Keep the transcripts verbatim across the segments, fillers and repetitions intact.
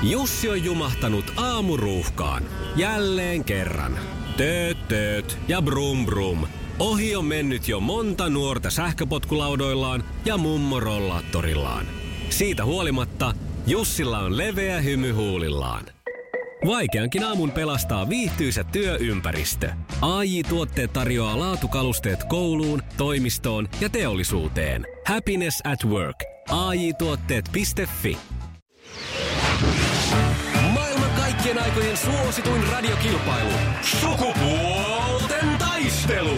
Jussi on jumahtanut aamuruuhkaan. Jälleen kerran. Tööt, tööt ja brum brum. Ohi on mennyt jo monta nuorta sähköpotkulaudoillaan ja mummorollaattorillaan. Siitä huolimatta Jussilla on leveä hymy huulillaan. Vaikeankin aamun pelastaa viihtyisä työympäristö. A J-tuotteet tarjoaa laatukalusteet kouluun, toimistoon ja teollisuuteen. Happiness at work. A J tuotteet piste fi. Maailman kaikkien aikojen suosituin radiokilpailu. Sukupuolten taistelu.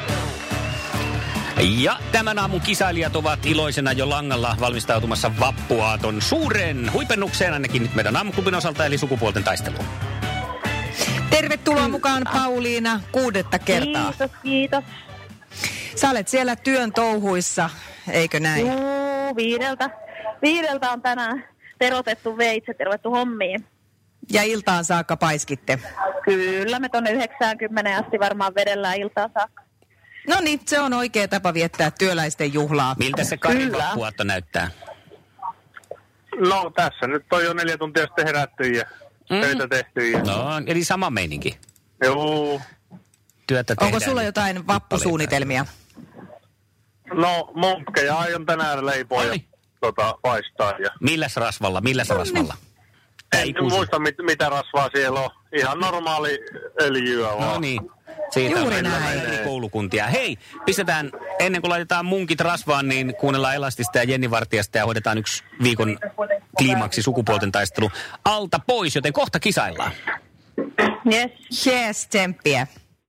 Ja tämän aamun kisailijat ovat iloisena jo langalla valmistautumassa vappuaaton suureen huipennukseen, ainakin nyt meidän aamuklubin osalta, eli sukupuolten taisteluun. Tervetuloa mukaan, Pauliina, kuudetta kertaa. Kiitos, kiitos. Sä olet siellä työn touhuissa, eikö näin? Juu, viideltä. Viideltä on tänään terotettu veitset ja ruvettu hommiin. Ja iltaan saakka paiskitte. Kyllä, me tonne yhdeksänkymmentä asti varmaan vedellään iltaan saakka. No niin, se on oikea tapa viettää työläisten juhlaa. Miltä se Karin vappuaatto näyttää? No tässä nyt on jo neljä tuntia sitten herätty ja mm. töitä tehty. Ja... No, eli sama meininki. Joo. Työtä Onko sulla jotain vappusuunnitelmia? No, munkkeja aion tänään leipoa ja tota, paistaa. Ja... Milläs rasvalla, milläs no, rasvalla? En Ei, muista mit, mitä rasvaa siellä on. Ihan normaali öljyä vaan. No niin. Siitä Juuri on näin. eri koulukuntia. Hei, pistetään, ennen kuin laitetaan munkit rasvaan, niin kuunnellaan Elastista ja Jenni Vartijasta ja hoidetaan yksi viikon kliimaksi sukupuolten taistelu alta pois, joten kohta kisaillaan. Yes. Yes, tsemppiä.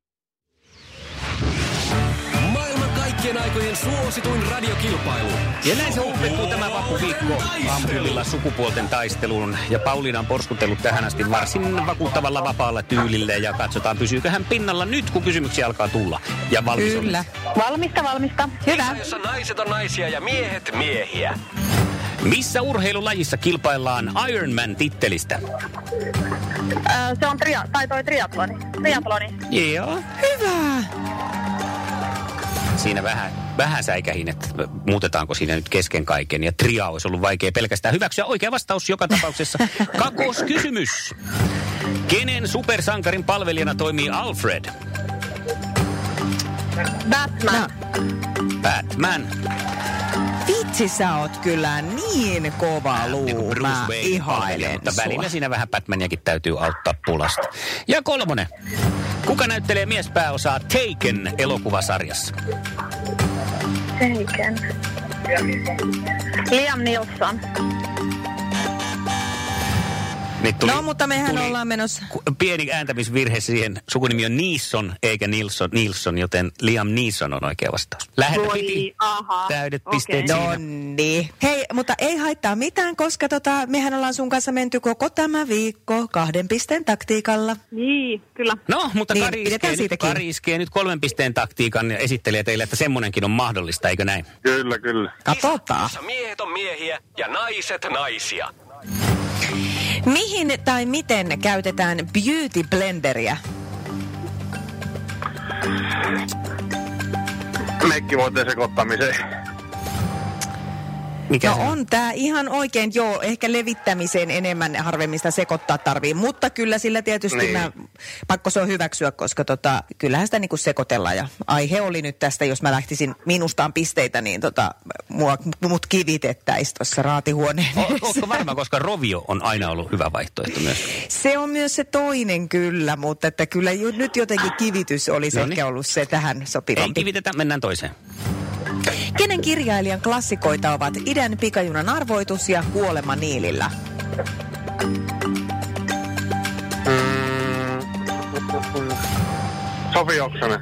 Maailman kaikkien aikojen suosituin radiokilpailu. Ja näin se umpettuu tämä vappuviikko aamuklubilla sukupuolten taisteluun. Ja Pauliina on porskutellut tähän asti varsin vakuuttavalla vapaalla tyylillä. Ja katsotaan, pysyykö hän pinnalla nyt, kun kysymyksiä alkaa tulla. Ja valmis on. Kyllä. Valmista, valmista. Hyvä. Jossa naiset on naisia ja miehet miehiä. Missä urheilulajissa kilpaillaan Ironman-tittelistä? Äh, se on tria- tai toi triatloni. Triatloni. Joo. Hyvä. Siinä vähän, vähän säikähin, että muutetaanko siinä nyt kesken kaiken. Ja tria olisi ollut vaikea pelkästään hyväksyä. Oikea vastaus joka tapauksessa. Kakoskysymys. Kenen supersankarin palvelijana toimii Alfred? Batman. No. Batman. Vitsi, sä oot kyllä niin kova luu. Mä ihailen Mutta sua. välillä siinä vähän Batmaniakin täytyy auttaa pulasta. Ja kolmonen. Kuka näyttelee miespääosaa Taken elokuvasarjassa? Taken. Liam Neeson. Nyt tuli, No, mutta mehän tuli ollaan menossa. pieni ääntämisvirhe siihen. Sukunimi on Neeson eikä Nilsson, Nilsson, joten Liam Neeson on oikea vastaus. Lähetä Voi, piti. aha. Täydet Okei. pisteet No siinä. niin. Hei, mutta ei haittaa mitään, koska tota, mehän ollaan sun kanssa menty koko tämä viikko kahden pisteen taktiikalla. Niin, kyllä. No, mutta Niin, Kari, pidetään iskee, siitä nyt, kiinni. Kari iskee nyt kolmen pisteen taktiikan ja esittelee teille, että semmonenkin on mahdollista, eikö näin? Kyllä, kyllä. Katsotaan. Jossa miehet on miehiä ja naiset naisia. Mihin tai miten käytetään beauty blenderiä? Meikkivoiteen sekoittamiseen. Mikä No se on tää ihan oikein, joo, ehkä levittämiseen enemmän harvemmin sitä sekoittaa tarvii, mutta kyllä sillä tietysti Niin. mä, pakko se on hyväksyä, koska tota, kyllähän sitä niinku sekoitellaan ja aihe oli nyt tästä, jos mä lähtisin minustaan pisteitä, niin tota, mua, mut kivitettäisiin tuossa raatihuoneen O- edessä. Ootko varma, koska rovio on aina ollut hyvä vaihtoehto myös? Se on myös se toinen kyllä, mutta että kyllä ju, nyt jotenkin kivitys olisi Noniin. ehkä ollut se tähän Ei sopivampi. kivitetä, mennään toiseen. Kenen kirjailijan klassikoita ovat Idän pikajunan arvoitus ja Kuolema Niilillä? Mm. Sofi Oksanen.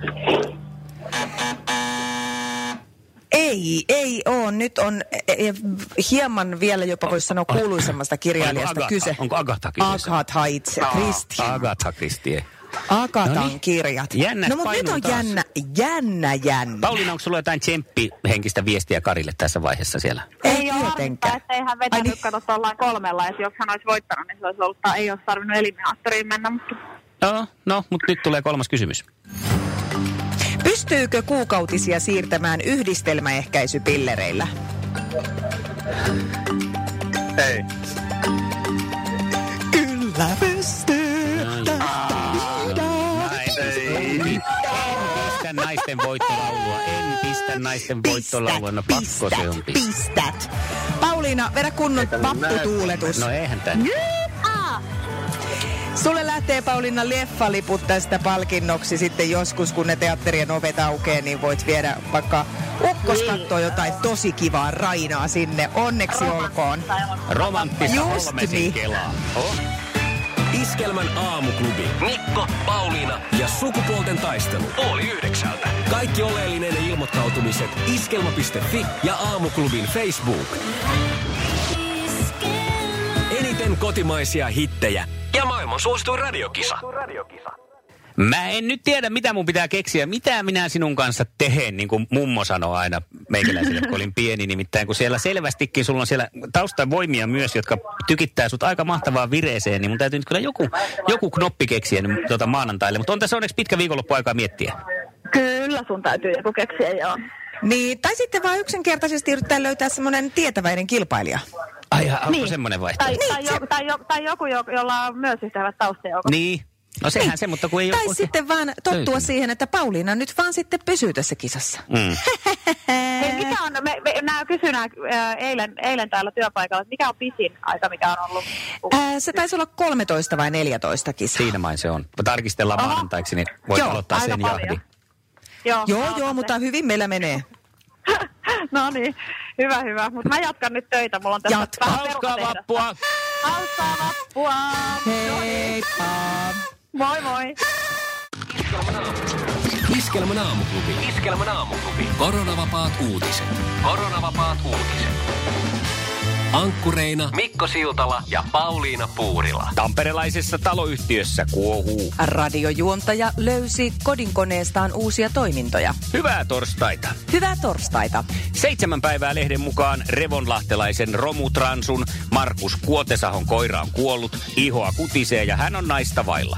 Ei, ei oo. Nyt on e, e, hieman vielä jopa voisi sanoa kuuluisemmasta kirjailijasta Onko Agatha? kyse. Onko Agatha kyseessä? Agatha itse, Christie. Agatha Christie. Agatan Noniin. kirjat. Jännät No mutta nyt painuu on taas. jännä, jännä, jännä. Pauliina, onko sulla jotain tsemppihenkistä viestiä Karille tässä vaiheessa siellä? Ei Ei ole tietenkään. harmittaa, että ei hän Ai vetänyt, niin. kato, ollaan kolmella, että jos hän olisi voittanut, niin se olisi ollut, tai ei olisi tarvinnut eliminaattoriin mennä, mutta No, no, mutta nyt tulee kolmas kysymys. Pystyykö kuukautisia siirtämään yhdistelmäehkäisypillereillä? Ei. naisten voittolaulua. En pistä naisten voittolaulua. No pakko pistät, se on pistää. pistät. Pauliina, vedä kunnon vapputuuletus. No eihän tää. Sulle lähtee, Pauliina, leffaliput tästä palkinnoksi sitten joskus, kun ne teatterien ovet aukeaa, niin voit viedä vaikka ukkos katsoa jotain tosi kivaa rainaa sinne. Onneksi olkoon. Romanttista Holmesin niin. kelaa. Oh. Iskelmän aamuklubi. Mikko, Pauliina ja sukupuolten taistelu. Oli yhdeksältä. Kaikki oleellinen ilmoittautumiset iskelma piste fi ja aamuklubin Facebook. Eniten kotimaisia hittejä ja maailman suosituin radiokisa. Mä en nyt tiedä, mitä mun pitää keksiä. Mitä minä sinun kanssa tehen, niin kuin mummo sanoo aina meikäläisille, kun olin pieni. Nimittäin kun siellä selvästikin sulla on siellä taustavoimia myös, jotka tykittää sut aika mahtavaan vireeseen, niin mun täytyy nyt kyllä joku, joku knoppi keksiä niin, tuota maanantaille. Mutta on tässä onneksi pitkä viikonloppu aikaa miettiä. Kyllä sun täytyy joku keksiä, joo. Niin, tai sitten vaan yksinkertaisesti yrittää löytää semmoinen tietäväinen kilpailija. Ai, onko Niin. semmoinen vaihtoehto? Tai, tai, jo, tai, jo, tai joku, jo, jolla on myös yhtä hyvät taustajoukot. Niin. No sehän niin. se, mutta kun ei Tai ole... sitten vaan tottua Löytyy. siihen, että Pauliina nyt vaan sitten pysyy tässä kisassa. Mm. Hei, mikä on, me, me, nää kysyin nää, ää, eilen, eilen täällä työpaikalla, että mikä on pisin aika, mikä on ollut? Ää, se taisi olla kolmetoista vai neljätoista kisaa. Siinä main se on. Tarkistellaan Oho. maanantaiksi, niin voit Joo, aloittaa aika sen paljon. jahdin. Joo, Joo, joo, mutta hyvin meillä menee. No niin, hyvä, hyvä. Mutta mä jatkan nyt töitä, mulla on tässä Jatka. vähän Hauskaa perustehdasta. vappua! Hauskaa vappua! Heippa! Moi moi! Iskelmän aamuklubi. Iskelmän aamuklubi. Koronavapaat uutiset. Koronavapaat uutiset. Ankkureina Mikko Siltala ja Pauliina Puurila. Tamperelaisessa taloyhtiössä kuohuu. Radiojuontaja löysi kodinkoneestaan uusia toimintoja. Hyvää torstaita. Hyvää torstaita. Seitsemän päivää lehden mukaan revonlahtelaisen romutransun Markus Kuotesahon koira on kuollut, ihoa kutisee ja hän on naista vailla.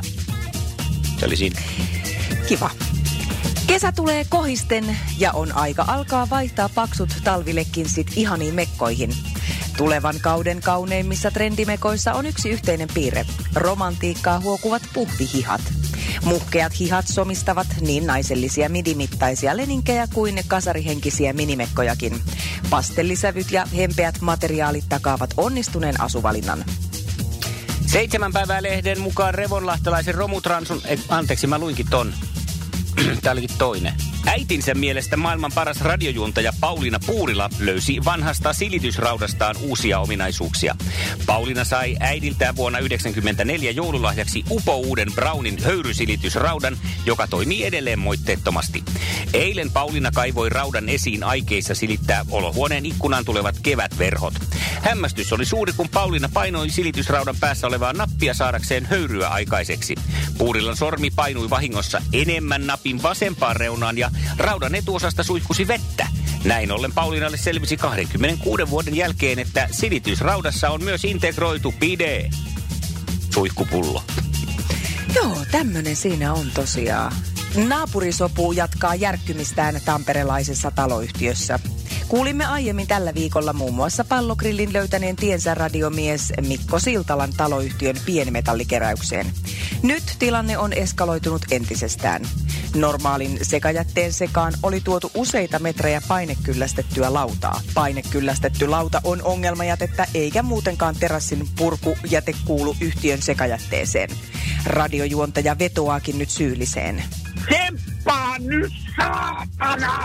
Se oli siinä. Kiva. Kesä tulee kohisten ja on aika alkaa vaihtaa paksut talvilekkinsit ihaniin mekkoihin. Tulevan kauden kauneimmissa trendimekoissa on yksi yhteinen piirre. Romantiikkaa huokuvat puhvihihat. Muhkeat hihat somistavat niin naisellisia midimittaisia leninkejä kuin kasarihenkisiä minimekkojakin. Pastellisävyt ja hempeät materiaalit takaavat onnistuneen asuvalinnan. Seitsemän päivää lehden mukaan revonlahtelaisen romutransun... Eh, anteeksi, mä luinkin ton. Tää olikin toinen. Äitinsä mielestä maailman paras radiojuontaja Pauliina Puurila löysi vanhasta silitysraudastaan uusia ominaisuuksia. Pauliina sai äidiltään vuonna yhdeksänkymmentäneljä joululahjaksi upouuden Brownin höyrysilitysraudan, joka toimii edelleen moitteettomasti. Eilen Pauliina kaivoi raudan esiin aikeissa silittää olohuoneen ikkunaan tulevat kevätverhot. Hämmästys oli suuri, kun Pauliina painoi silitysraudan päässä olevaa nappia saadakseen höyryä aikaiseksi. Puurilan sormi painui vahingossa enemmän napin vasempaan reunaan ja raudan etuosasta suihkusi vettä. Näin ollen Pauliinalle selvisi kaksikymmentäkuuden vuoden jälkeen, että silitysraudassa on myös integroitu bide. Suihkupullo. Joo, tämmönen siinä on tosiaan. Naapurisopu jatkaa järkkymistään tamperelaisessa taloyhtiössä. Kuulimme aiemmin tällä viikolla muun muassa Pallogrillin löytäneen tiensä radiomies Mikko Siltalan taloyhtiön pienimetallikeräykseen. Nyt tilanne on eskaloitunut entisestään. Normaalin sekajätteen sekaan oli tuotu useita metrejä painekyllästettyä lautaa. Painekyllästetty lauta on ongelmajätettä eikä muutenkaan terassin purkujäte kuulu yhtiön sekajätteeseen. Radiojuontaja vetoaakin nyt syylliseen. Semppaa nyt, saatana!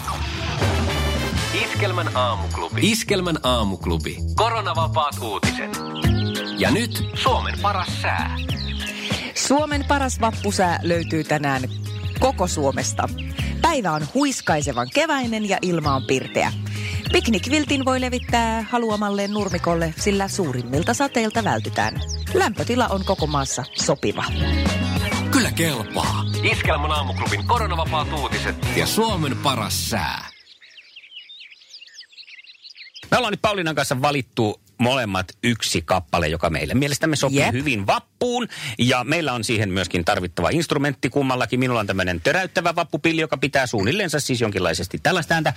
Iskelmän aamuklubi. Iskelmän aamuklubi. Koronavapaat uutiset. Ja nyt Suomen paras sää. Suomen paras vappusää löytyy tänään koko Suomesta. Päivä on huiskaisevan keväinen ja ilma on pirteä. Piknikviltin voi levittää haluamalleen nurmikolle, sillä suurimmilta sateilta vältytään. Lämpötila on koko maassa sopiva. Kyllä kelpaa. Iskelmän aamuklubin koronavapaat uutiset ja Suomen paras sää. Me ollaan nyt Pauliinan kanssa valittu molemmat yksi kappale, joka meille mielestämme sopii Jep. hyvin vappuun. Ja meillä on siihen myöskin tarvittava instrumentti kummallakin. Minulla on tämmöinen töräyttävä vappupilli, joka pitää suunnilleensa siis jonkinlaisesti tällaista ääntä.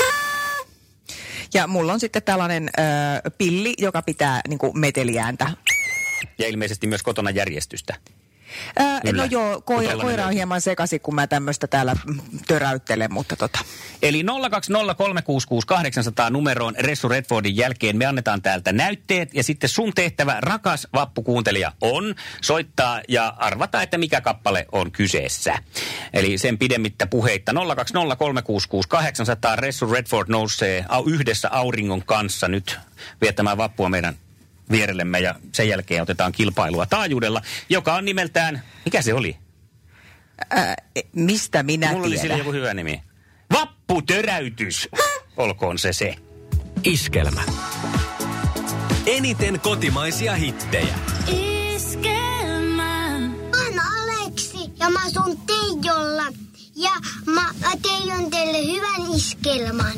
Ja mulla on sitten tällainen ö, pilli, joka pitää niinku meteliääntä. Ja ilmeisesti myös kotona järjestystä. Ää, no joo, koira, koira on hieman sekaisin, kun mä tämmöistä täällä töräyttelen, mutta tota. Eli nolla kaksi nolla kolme kuusi kuusi kahdeksan nolla nolla numeroon Ressu Redfordin jälkeen me annetaan täältä näytteet. Ja sitten sun tehtävä, rakas vappukuuntelija, on soittaa ja arvata, että mikä kappale on kyseessä. Eli sen pidemmittä puheitta nolla kaksi nolla kolme kuusi kuusi kahdeksan nolla nolla. Ressu Redford nousee yhdessä auringon kanssa nyt viettämään vappua meidän vierellemme ja sen jälkeen otetaan kilpailua taajuudella, joka on nimeltään, mikä se oli? Ää, mistä minä Mulla tiedän? oli sille joku hyvä nimi. Vapputöräytys. Olkoon se se. Iskelmä. Eniten kotimaisia hittejä. Iskelmä. Mä oon Aleksi ja mä asun Teijolla. Ja mä teijon teille hyvän iskelman.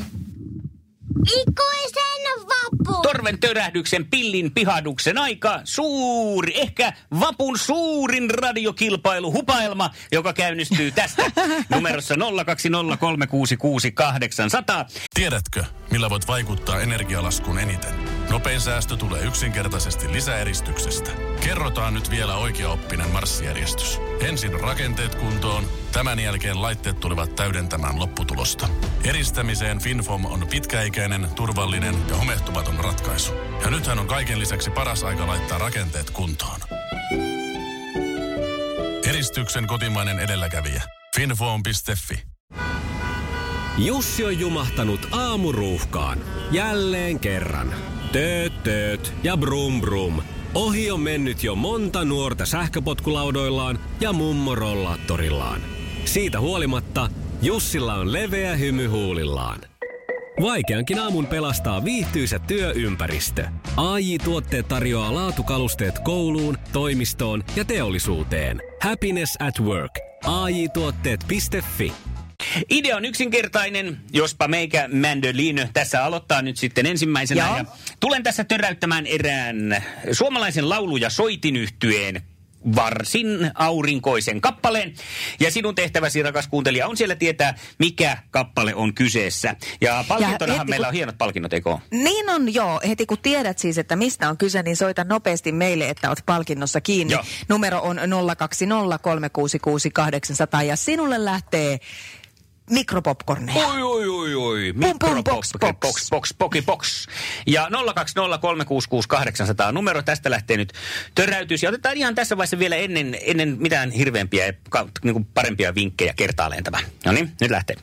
Ikuisen vappu! Torven törähdyksen, pillin pihaduksen aika. Suuri, ehkä vapun suurin radiokilpailu, hupailma, joka käynnistyy tästä numerossa nolla kaksi nolla kolme kuusi kuusi kahdeksan nolla nolla. Tiedätkö, millä voit vaikuttaa energialaskuun eniten? Nopein säästö tulee yksinkertaisesti lisäeristyksestä. Kerrotaan nyt vielä oikeaoppinen marssijärjestys. Ensin rakenteet kuntoon, tämän jälkeen laitteet tulevat täydentämään lopputulosta. Eristämiseen FinFom on pitkäikäinen, turvallinen ja homehtumaton ratkaisu. Ja nythän on kaiken lisäksi paras aika laittaa rakenteet kuntoon. Eristyksen kotimainen edelläkävijä. finfoam piste fi. Jussi on jumahtanut aamuruuhkaan. Jälleen kerran. Tööt, tööt ja brum brum. Ohi on mennyt jo monta nuorta sähköpotkulaudoillaan ja mummorollaattorillaan. Siitä huolimatta Jussilla on leveä hymy huulillaan. Vaikeankin aamun pelastaa viihtyisä työympäristö. A J-tuotteet tarjoaa laatukalusteet kouluun, toimistoon ja teollisuuteen. Happiness at work. A J tuotteet piste fi. Idea on yksinkertainen, jospa meikä Mandolino tässä aloittaa nyt sitten ensimmäisenä. Ja tulen tässä töräyttämään erään suomalaisen laulu- ja soitinyhtyeen varsin aurinkoisen kappaleen. Ja sinun tehtäväsi, rakas kuuntelija, on siellä tietää, mikä kappale on kyseessä. Ja palkintonahan ja meillä kun... on hienot palkinnot, eikö? Niin on, joo. Heti kun tiedät siis, että mistä on kyse, niin soita nopeasti meille, että olet palkinnossa kiinni. Joo. Numero on nolla kaksi nolla kolme kuusi kuusi kahdeksan nolla nolla ja sinulle lähtee mikropopcorneja. Oi, oi, oi, oi. Mikrobox, box, box, box, box, box. Ja nolla kaksi nolla kolme kuusi kuusi kahdeksan nolla nolla numero. Tästä lähtee nyt töräytys. Ja otetaan ihan tässä vaiheessa vielä ennen, ennen mitään hirveämpiä ja niin kuin parempia vinkkejä kertaalleen tämä. No niin, nyt lähtee.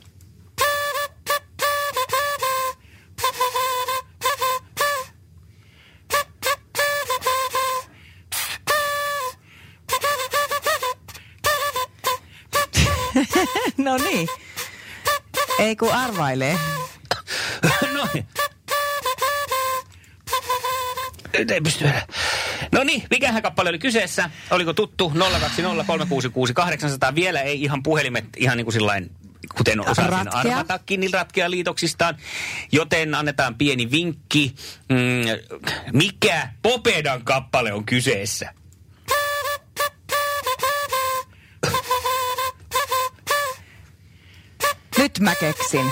No niin. Ei kun arvailee. Noin. Nyt ei pysty enää. No niin, mikähän kappale oli kyseessä? Oliko tuttu? nolla kaksi nolla kolme kuusi kuusi kahdeksan nolla nolla. Vielä ei ihan puhelimet ihan niin kuin sillain, kuten osasin ratkea. Arvatakin, niin ratkeaa liitoksistaan. Joten annetaan pieni vinkki. Mm, mikä Popedan kappale on kyseessä? Nyt mä keksin.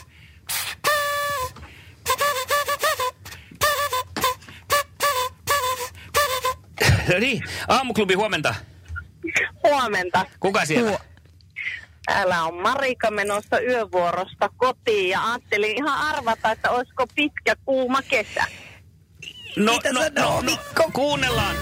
No niin, Aamuklubi, huomenta. Huomenta. Kuka siellä? Hu- Täällä on Marika menossa yövuorosta kotiin ja ajattelin ihan arvata, että olisiko pitkä kuuma kesä. No, Mitä no, sanoo, no, no, kuunnellaan.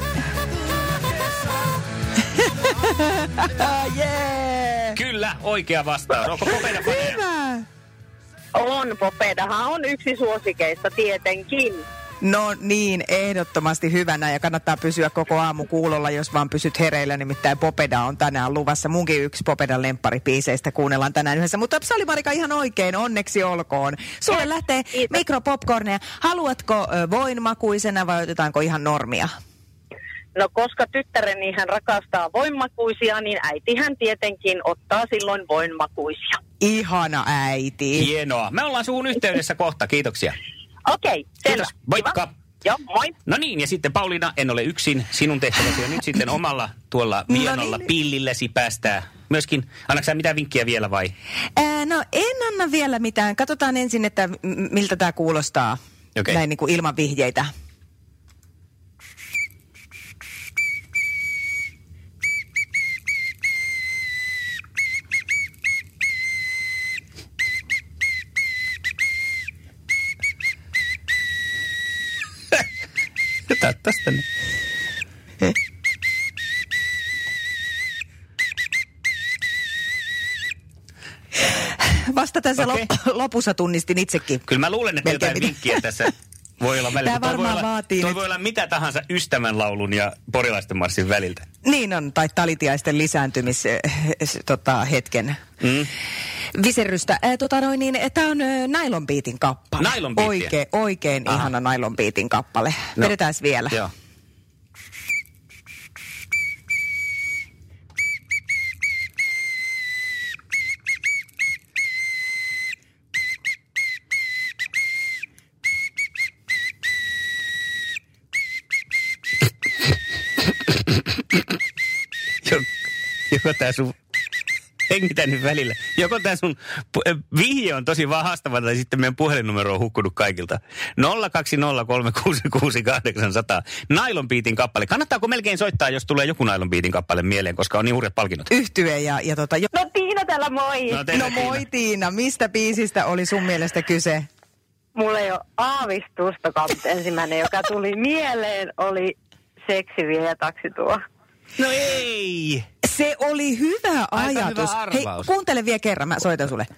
yeah. Kyllä, oikea vastaus. Onko Popeda faneja? Hyvä. On, Popedahan on yksi suosikeista tietenkin. No niin, ehdottomasti hyvänä ja kannattaa pysyä koko aamu kuulolla, jos vaan pysyt hereillä. Nimittäin Popeda on tänään luvassa. Munkin yksi Popedan lempparipiiseistä kuunnellaan tänään yhdessä. Mutta se oli, Marika, ihan oikein. Onneksi olkoon. Sulle ja, lähtee kiitos. Mikropopcorneja. Haluatko ö, voinmakuisena vai otetaanko ihan normia? No koska tyttäreni hän rakastaa voinmakuisia, niin äitihän tietenkin ottaa silloin voinmakuisia. Ihana äiti. Hienoa. Me ollaan suhun yhteydessä kohta. Kiitoksia. Okei, selvä. Moikka. Joo, moi. No niin, ja sitten Pauliina, en ole yksin. Sinun tehtäväsi on nyt sitten omalla tuolla vienolla no niin. pillilläsi päästää. Myöskin, annatko sä mitään vinkkiä vielä vai? Ää, no en anna vielä mitään. Katsotaan ensin, että m- miltä tämä kuulostaa. Okay. Näin niin kuin ilman vihjeitä. Ota tästä nyt. Vasta tässä Okei. lop- lopussa tunnistin itsekin. Kyllä mä luulen, että Melkein jotain mitä. vinkkiä tässä voi olla välillä. Tää Toi voi varmaan olla- vaatii Toi nyt- voi olla mitä tahansa ystävänlaulun ja porilaisten marssin väliltä. Niin on, tai talitiaisten lisääntymis äh, s- tota, hetken Mm. viserrystä. Äh, tota noin, niin, tämä on äh, Nylon Beatin kappale. Nylon Beatia? Oikein, oikein Aha. ihana Nylon Beatin kappale. No. Vedetään vielä. Joo. Jok- Joko tää sun... Hengitä nyt välillä. Joko tää sun pu- äh, vihje on tosi vaan haastava, tai sitten meidän puhelinnumero on hukkunut kaikilta. nolla kaksi nolla kolme kuusi kuusi kahdeksan nolla nolla. Nylon Beatin kappale. Kannattaako melkein soittaa, jos tulee joku Nylon Beatin kappale mieleen, koska on niin hurjat palkinnot? Yhtye ja, ja tota... Jo... No Tiina täällä moi. No, terve, No moi Tiina, mistä biisistä oli sun mielestä kyse? Mulla ei ole aavistustakaan, mutta ensimmäinen, joka tuli mieleen, oli Seksivie ja taksituo. No ei! Se oli hyvä Aika ajatus. hyvä Hei, arvaus. kuuntele vielä kerran, mä soitan sulle.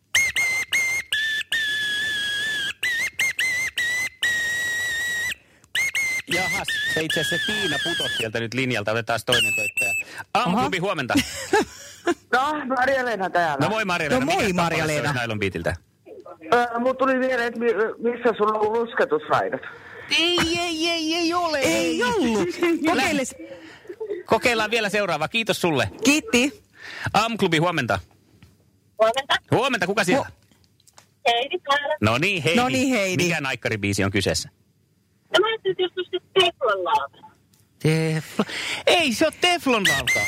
Jahas, se itse asiassa Tiina putosi sieltä nyt linjalta. Otetaan toinen soittaja. Aamuklubi, huomenta. No, Marja-Leena täällä. No moi Marja-Leena. No moi, Mikäs kappale Marja-Leena. se olisi Nylon Beatiltä? Äh, mut tuli mieleen, että mi- missä sulla on lusketusraidat. Ei, ei, ei, ei ole. Ei ollut. Kokeile. Kokeillaan vielä seuraava. Kiitos sulle. Kiitti. Aamuklubi, huomenta. Huomenta. Huomenta, kuka siellä? Heidi täällä. No niin, Heidi. No niin, Heidi. Mikä naikkaribiisi on kyseessä? No mä ajattelin, että jos pystyt Teflon lautaa. Teflon. Ei, se on Teflon lauta.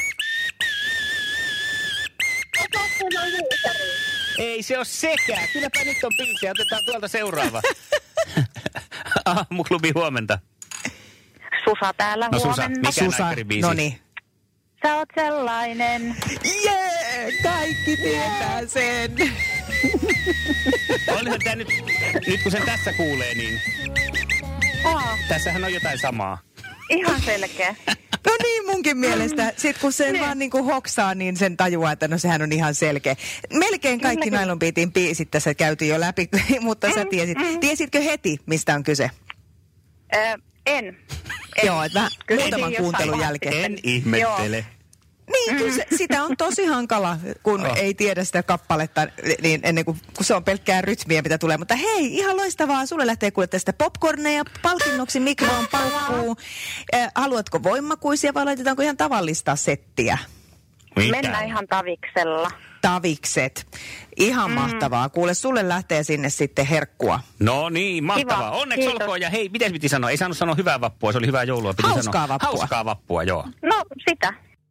Ei se ole sekään. Kylläpä nyt on biisiä. Otetaan tuolta seuraava. Aamuklubi, huomenta. Susa täällä, No Susa, huomenna. mikä Susa, naikkaribiisi? no niin. Sä oot sellainen. Jee, kaikki tietää sen. Onhan tää nyt, nyt kun sen tässä kuulee, niin Aa, tässähän on jotain samaa. ihan selkeä. No niin munkin mielestä. Sitten kun sen vaan niinku hoksaa, niin sen tajuaa, että no sehän on ihan selkeä. Melkein kaikki Kyllä, Nylon Beatin biisit tässä käytiin jo läpi, mutta sä tiesit. Tiesitkö heti, mistä on kyse? Ö, en. en. Joo, että vähän Kyllä muutaman jossain kuuntelun vaiheessa. jälkeen. En ihmettele. Niin, kyllä se, sitä on tosi hankala, kun Oh. ei tiedä sitä kappaletta, niin ennen kuin kun se on pelkkää rytmiä, mitä tulee. Mutta hei, ihan loistavaa. Sulle lähtee kuule tästä popcorneja, palkinnoksi mikroon paukkuu. Eh, haluatko voimakuisia vai laitetaanko ihan tavallista settiä? Mitä? Mennään ihan taviksella. Tavikset. Ihan mm. mahtavaa. Kuule, sulle lähtee sinne sitten herkkua. No niin, mahtavaa. Kiva, Onneksi kiitos. olkoon. Ja hei, miten piti sanoa? Ei saanut sanoa hyvää vappua, se oli hyvää joulua. Piti Hauskaa sanoa. vappua. Hauskaa vappua, joo. No, sitä.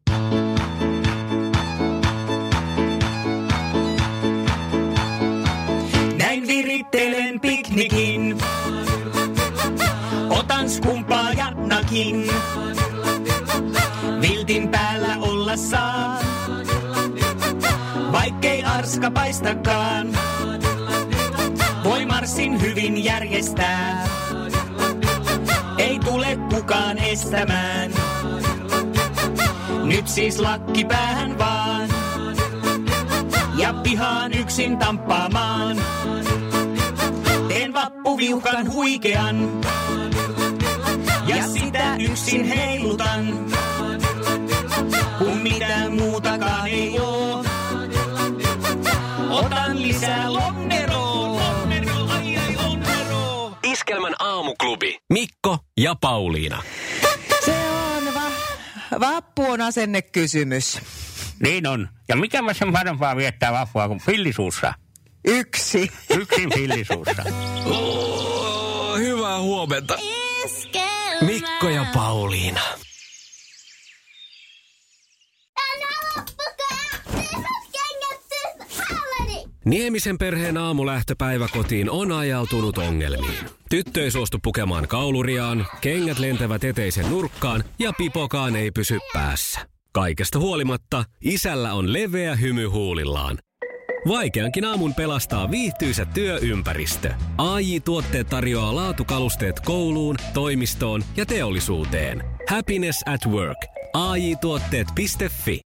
Näin virittelen piknikin. Otan skumpaa ja nakin. Viltin päällä olla saa. Vaikkei arska paistakaan. Voi marssin hyvin järjestää. Ei tule kukaan estämään. Nyt siis lakki päähän vaan. Ja pihaan yksin tamppaamaan. Teen vappuviuhkan huikean. Ja sitä yksin heilutan. Kun mitään muutakaan ei oo. Otan lisää lonneroa. Lonnero, ai ai lonnero. Iskelmän aamuklubi. Mikko ja Pauliina. Se on va- vappu on asennekysymys. Niin on. Ja mikä mä sen parempaa viettää vappua kuin fillisuussa? Yksi. Yksin fillisuussa. Oh, hyvää huomenta. Mikko ja Pauliina. Niemisen perheen aamulähtöpäivä kotiin on ajautunut ongelmiin. Tyttö ei suostu pukemaan kauluriaan, kengät lentävät eteisen nurkkaan ja pipokaan ei pysy päässä. Kaikesta huolimatta isällä on leveä hymy huulillaan. Vaikeankin aamun pelastaa viihtyisä työympäristö. A J-tuotteet tarjoaa laatukalusteet kouluun, toimistoon ja teollisuuteen. Happiness at work. A J tuotteet piste fi